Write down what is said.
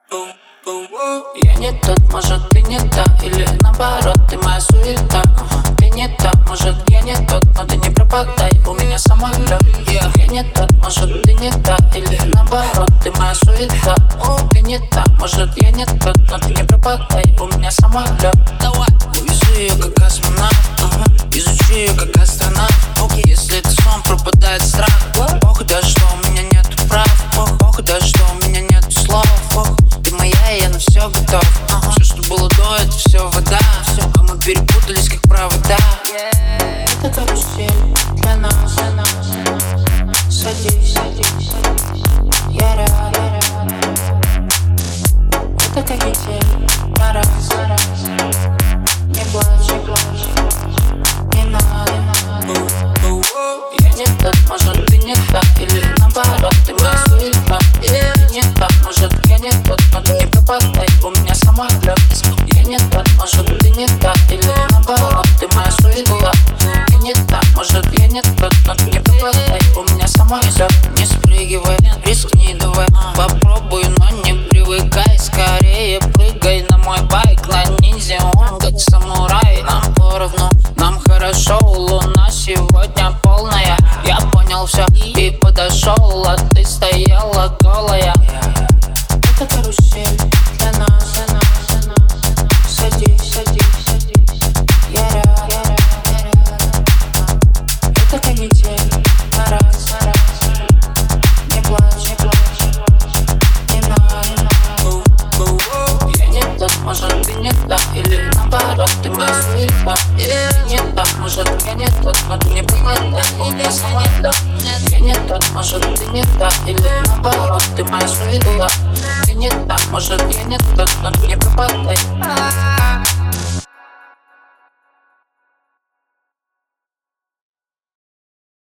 Я не тот, может ты не та, или наоборот, ты моя суета. Ты не та, может я не тот, но ты не пропадай, у меня самолет. Я не тот, может ты не та, или наоборот, ты моя суета. Ты не та, может я не тот, но ты не пропадай, у меня самолет. Увезу ее как космонавт, изучу ее как астронавт. Если это сон, пропадает страх. Похуй даже, что у меня нету прав. Похуй даже, что у меня нету слов. Ты моя, и я на все готов. Все, что было до, это все вода. А мы перепутались, как провода. Это карусель для нас. Садись, садись, я рядом. Это канитель на раз. Не плачь, не плачь, не надо. Я не тот, может ты не та, или наоборот, ты моя суета. Я не та, может я не тот, но ты не пропадай, у меня самолет. Я не тот, может ты не та, или наоборот, ты моя суета. Я не та, может я не тот, но ты не пропадай, у меня самолет. Не спрыгивай, рискни давай, попробуй, но не привыкай. Скорее прыгай на мой байк, на ниндзя, он как самурай. Нам поровну, нам хорошо, луна сегодня полная. Я понял все и подошел, а ты стояла голая. Это карусель для нас. Садись, садись, я рядом. Это канитель на раз. Не плачь, не плачь, не надо. Я не тот, может ты не та, или наоборот, ты моя суета. Не так, может я не тот, но ты не пропадай, у меня самолет. Я не тот, может ты не та, или наоборот, ты моя суета. Ты не так, может я не тот, но ты не пропадай.